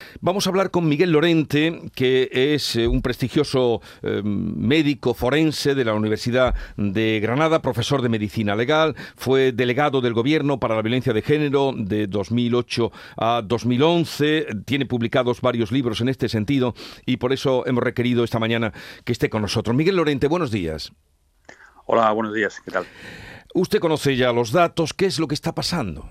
Vamos a hablar con Miguel Lorente, que es un prestigioso médico forense de la Universidad de Granada, profesor de medicina legal, fue delegado del Gobierno para la violencia de género de 2008 a 2011, tiene publicados varios libros en este sentido y por eso hemos requerido esta mañana que esté con nosotros. Miguel Lorente, buenos días. Hola, buenos días, ¿qué tal? Usted conoce ya los datos, ¿qué es lo que está pasando?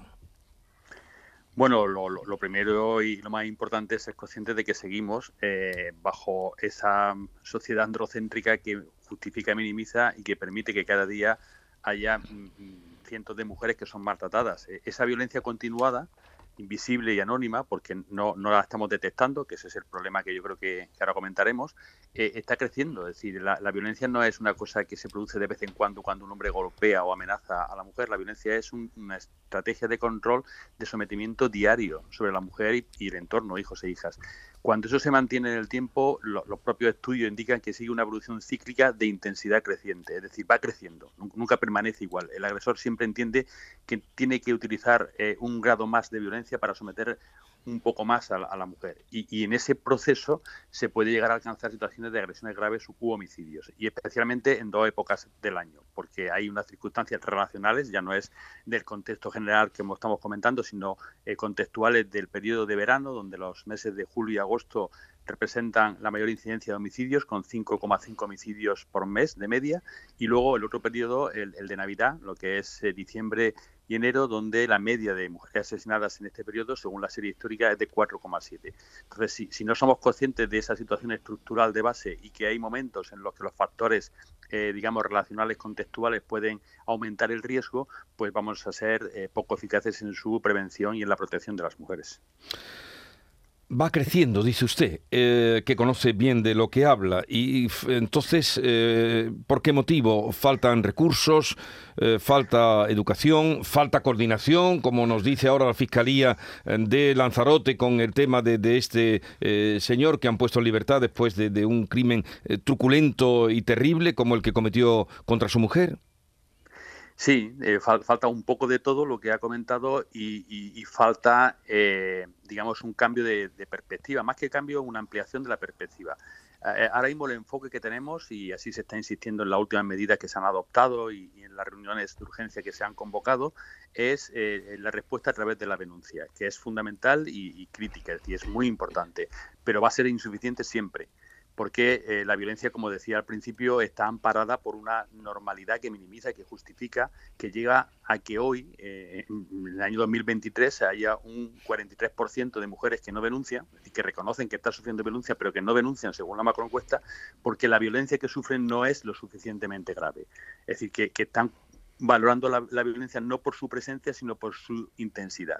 Bueno, lo primero y lo más importante es ser conscientes de que seguimos bajo esa sociedad androcéntrica que justifica y minimiza y que permite que cada día haya cientos de mujeres que son maltratadas. Esa violencia continuada, invisible y anónima, porque no la estamos detectando, que ese es el problema que yo creo que ahora comentaremos, está creciendo. Es decir, la violencia no es una cosa que se produce de vez en cuando un hombre golpea o amenaza a la mujer. La violencia es una estrategia de control, de sometimiento diario sobre la mujer y el entorno, hijos e hijas. Cuando eso se mantiene en el tiempo, los propios estudios indican que sigue una evolución cíclica de intensidad creciente, es decir, va creciendo, nunca permanece igual. El agresor siempre entiende que tiene que utilizar un grado más de violencia para someter un poco más a la mujer. Y en ese proceso se puede llegar a alcanzar situaciones de agresiones graves u homicidios, y especialmente en dos épocas del año, porque hay unas circunstancias relacionales, ya no es del contexto general que estamos comentando, sino contextuales del periodo de verano, donde los meses de julio y agosto representan la mayor incidencia de homicidios, con 5,5 homicidios por mes de media, y luego el otro periodo, el de Navidad, lo que es diciembre y enero, donde la media de mujeres asesinadas en este periodo, según la serie histórica, es de 4,7. Entonces, si no somos conscientes de esa situación estructural de base y que hay momentos en los que los factores, digamos, relacionales, contextuales, pueden aumentar el riesgo, pues vamos a ser poco eficaces en su prevención y en la protección de las mujeres. Va creciendo, dice usted, que conoce bien de lo que habla. Y entonces, ¿por qué motivo? ¿Faltan recursos? ¿Falta educación? ¿Falta coordinación? Como nos dice ahora la Fiscalía de Lanzarote con el tema de este señor que han puesto en libertad después de un crimen truculento y terrible como el que cometió contra su mujer. Sí, falta un poco de todo lo que ha comentado y falta, digamos, un cambio de perspectiva. Más que cambio, una ampliación de la perspectiva. Ahora mismo el enfoque que tenemos, y así se está insistiendo en las últimas medidas que se han adoptado y en las reuniones de urgencia que se han convocado, es la respuesta a través de la denuncia, que es fundamental y crítica, es decir, es muy importante, pero va a ser insuficiente siempre, porque la violencia, como decía al principio, está amparada por una normalidad que minimiza, que justifica, que llega a que hoy, en el año 2023, haya un 43% de mujeres que no denuncian, es decir, que reconocen que están sufriendo violencia, pero que no denuncian según la macroencuesta, porque la violencia que sufren no es lo suficientemente grave. Es decir, que están valorando la violencia no por su presencia, sino por su intensidad.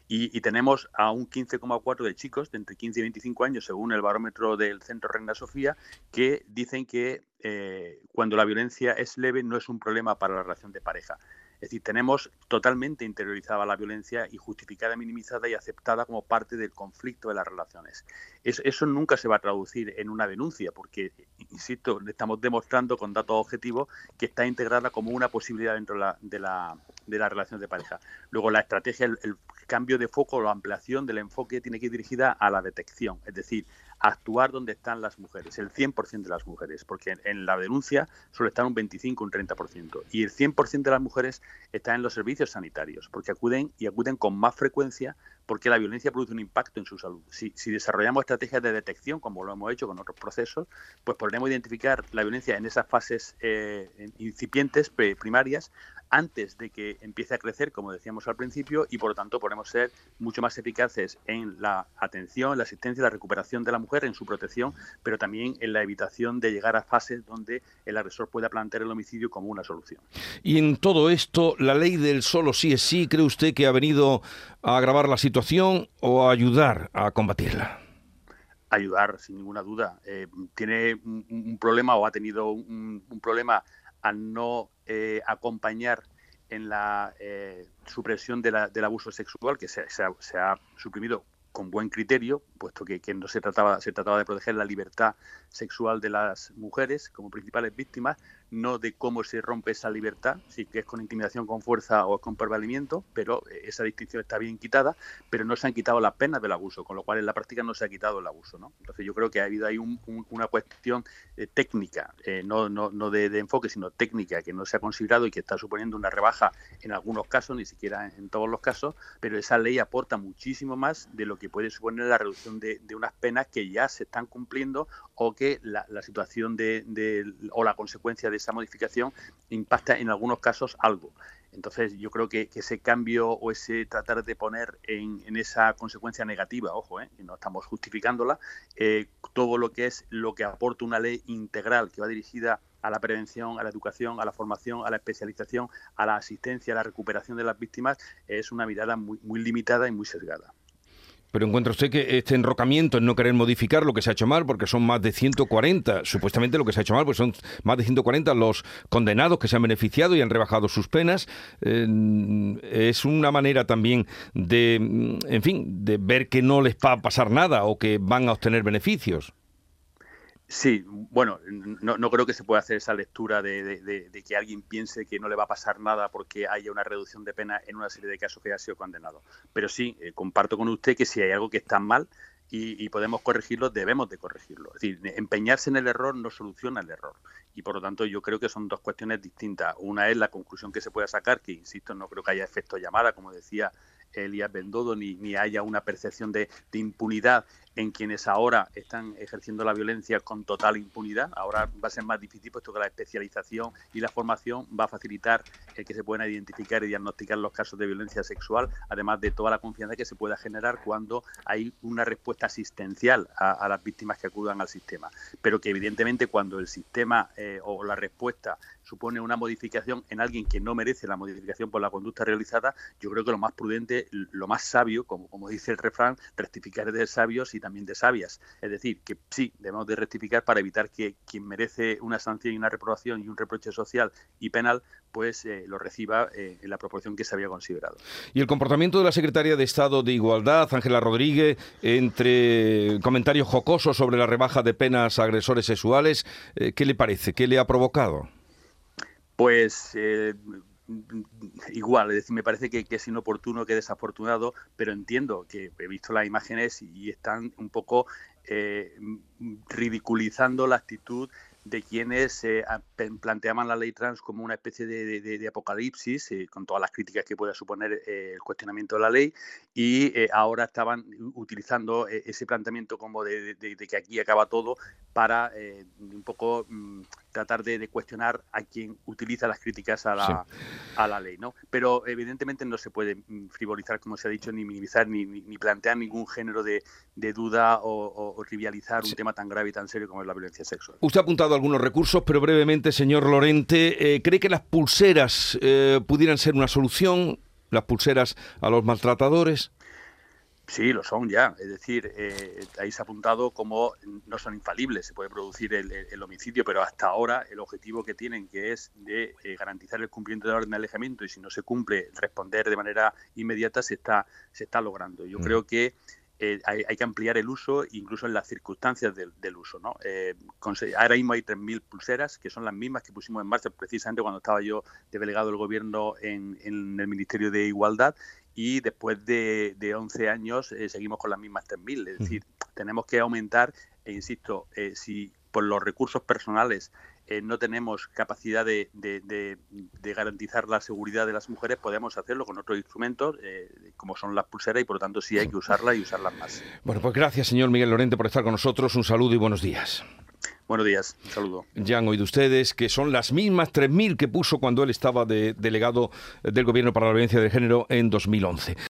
Y tenemos a un 15,4 de chicos de entre 15 y 25 años, según el barómetro del Centro Reina Sofía, que dicen que cuando la violencia es leve no es un problema para la relación de pareja. Es decir, tenemos totalmente interiorizada la violencia y justificada, minimizada y aceptada como parte del conflicto de las relaciones. Eso nunca se va a traducir en una denuncia, porque, insisto, estamos demostrando con datos objetivos que está integrada como una posibilidad dentro de la relación de pareja. Luego, la estrategia, el cambio de foco o la ampliación del enfoque tiene que ir dirigida a la detección, es decir, a actuar donde están las mujeres, el 100% de las mujeres, porque en la denuncia suele estar un 25, un 30%, y el 100% de las mujeres está en los servicios sanitarios, porque acuden con más frecuencia, porque la violencia produce un impacto en su salud. Si desarrollamos estrategias de detección, como lo hemos hecho con otros procesos, pues podremos identificar la violencia en esas fases incipientes, primarias, antes de que empiece a crecer, como decíamos al principio, y por lo tanto podemos ser mucho más eficaces en la atención, la asistencia y la recuperación de la mujer, en su protección, pero también en la evitación de llegar a fases donde el agresor pueda plantear el homicidio como una solución. Y en todo esto, ¿la ley del solo sí es sí cree usted que ha venido a agravar la situación o a ayudar a combatirla? Ayudar, sin ninguna duda. Tiene un problema o ha tenido un problema al no acompañar en la supresión del abuso sexual, que se ha suprimido con buen criterio, puesto que no se trataba de proteger la libertad sexual de las mujeres como principales víctimas, no de cómo se rompe esa libertad, si que es con intimidación, con fuerza o es con prevalimiento, pero esa distinción está bien quitada, pero no se han quitado las penas del abuso, con lo cual en la práctica no se ha quitado el abuso, ¿no? Entonces yo creo que ha habido ahí una cuestión técnica, no de enfoque, sino técnica, que no se ha considerado y que está suponiendo una rebaja en algunos casos, ni siquiera en todos los casos, pero esa ley aporta muchísimo más de lo que puede suponer la reducción de unas penas que ya se están cumpliendo, o que la situación o la consecuencia de esa modificación impacta en algunos casos algo. Entonces yo creo que ese cambio o ese tratar de poner en esa consecuencia negativa, ojo, y no estamos justificándola, todo lo que aporta una ley integral que va dirigida a la prevención, a la educación, a la formación, a la especialización, a la asistencia, a la recuperación de las víctimas, es una mirada muy, muy limitada y muy sesgada. Pero encuentra usted que este enrocamiento en no querer modificar lo que se ha hecho mal, porque son más de 140, supuestamente lo que se ha hecho mal, pues son más de 140 los condenados que se han beneficiado y han rebajado sus penas, es una manera también de, en fin, de ver que no les va a pasar nada o que van a obtener beneficios. Sí, bueno, no creo que se pueda hacer esa lectura de que alguien piense que no le va a pasar nada porque haya una reducción de pena en una serie de casos que haya sido condenado. Pero sí, comparto con usted que si hay algo que está mal y podemos corregirlo, debemos de corregirlo. Es decir, empeñarse en el error no soluciona el error. Y por lo tanto yo creo que son dos cuestiones distintas. Una es la conclusión que se pueda sacar, que insisto, no creo que haya efecto llamada, como decía Elías Bendodo, ni haya una percepción de impunidad en quienes ahora están ejerciendo la violencia con total impunidad. Ahora va a ser más difícil, puesto que la especialización y la formación va a facilitar el que se puedan identificar y diagnosticar los casos de violencia sexual, además de toda la confianza que se pueda generar cuando hay una respuesta asistencial a las víctimas que acudan al sistema. Pero que evidentemente cuando el sistema o la respuesta supone una modificación en alguien que no merece la modificación por la conducta realizada, yo creo que lo más prudente, lo más sabio, como dice el refrán, rectificar es de sabios y también de sabias. Es decir, que sí, debemos de rectificar para evitar que quien merece una sanción y una reprobación y un reproche social y penal, pues lo reciba en la proporción que se había considerado. Y el comportamiento de la secretaria de Estado de Igualdad, Ángela Rodríguez, entre comentarios jocosos sobre la rebaja de penas a agresores sexuales, ¿qué le parece? ¿Qué le ha provocado? Pues igual, es decir, me parece que es inoportuno, que desafortunado, pero entiendo que he visto las imágenes y están un poco ridiculizando la actitud de quienes planteaban la ley trans como una especie de apocalipsis, con todas las críticas que pueda suponer el cuestionamiento de la ley, y ahora estaban utilizando ese planteamiento como de que aquí acaba todo para un poco tratar de cuestionar a quien utiliza las críticas a la ley, ¿no? Pero evidentemente no se puede frivolizar, como se ha dicho, ni minimizar, ni plantear ningún género de duda o trivializar un tema tan grave y tan serio como es la violencia sexual. Usted ha apuntado algunos recursos, pero brevemente, señor Lorente, ¿cree que las pulseras pudieran ser una solución? ¿Las pulseras a los maltratadores? Sí, lo son ya. Es decir, ahí se ha apuntado como no son infalibles, se puede producir el homicidio, pero hasta ahora el objetivo que tienen, que es de garantizar el cumplimiento de la orden de alejamiento, y si no se cumple, responder de manera inmediata, se está logrando. Yo creo que hay que ampliar el uso, incluso en las circunstancias del uso, ¿no? Ahora mismo hay 3.000 pulseras, que son las mismas que pusimos en marcha precisamente cuando estaba yo de delegado del Gobierno en el Ministerio de Igualdad, y después de 11 años seguimos con las mismas 3.000. Es decir, tenemos que aumentar, e insisto, si por los recursos personales no tenemos capacidad de garantizar la seguridad de las mujeres, podemos hacerlo con otros instrumentos, como son las pulseras, y por lo tanto sí hay que usarlas y usarlas más. Bueno, pues gracias, señor Miguel Lorente, por estar con nosotros. Un saludo y buenos días. Buenos días, un saludo. Ya han oído ustedes que son las mismas 3.000 que puso cuando él estaba de delegado del Gobierno para la Violencia de Género en 2011.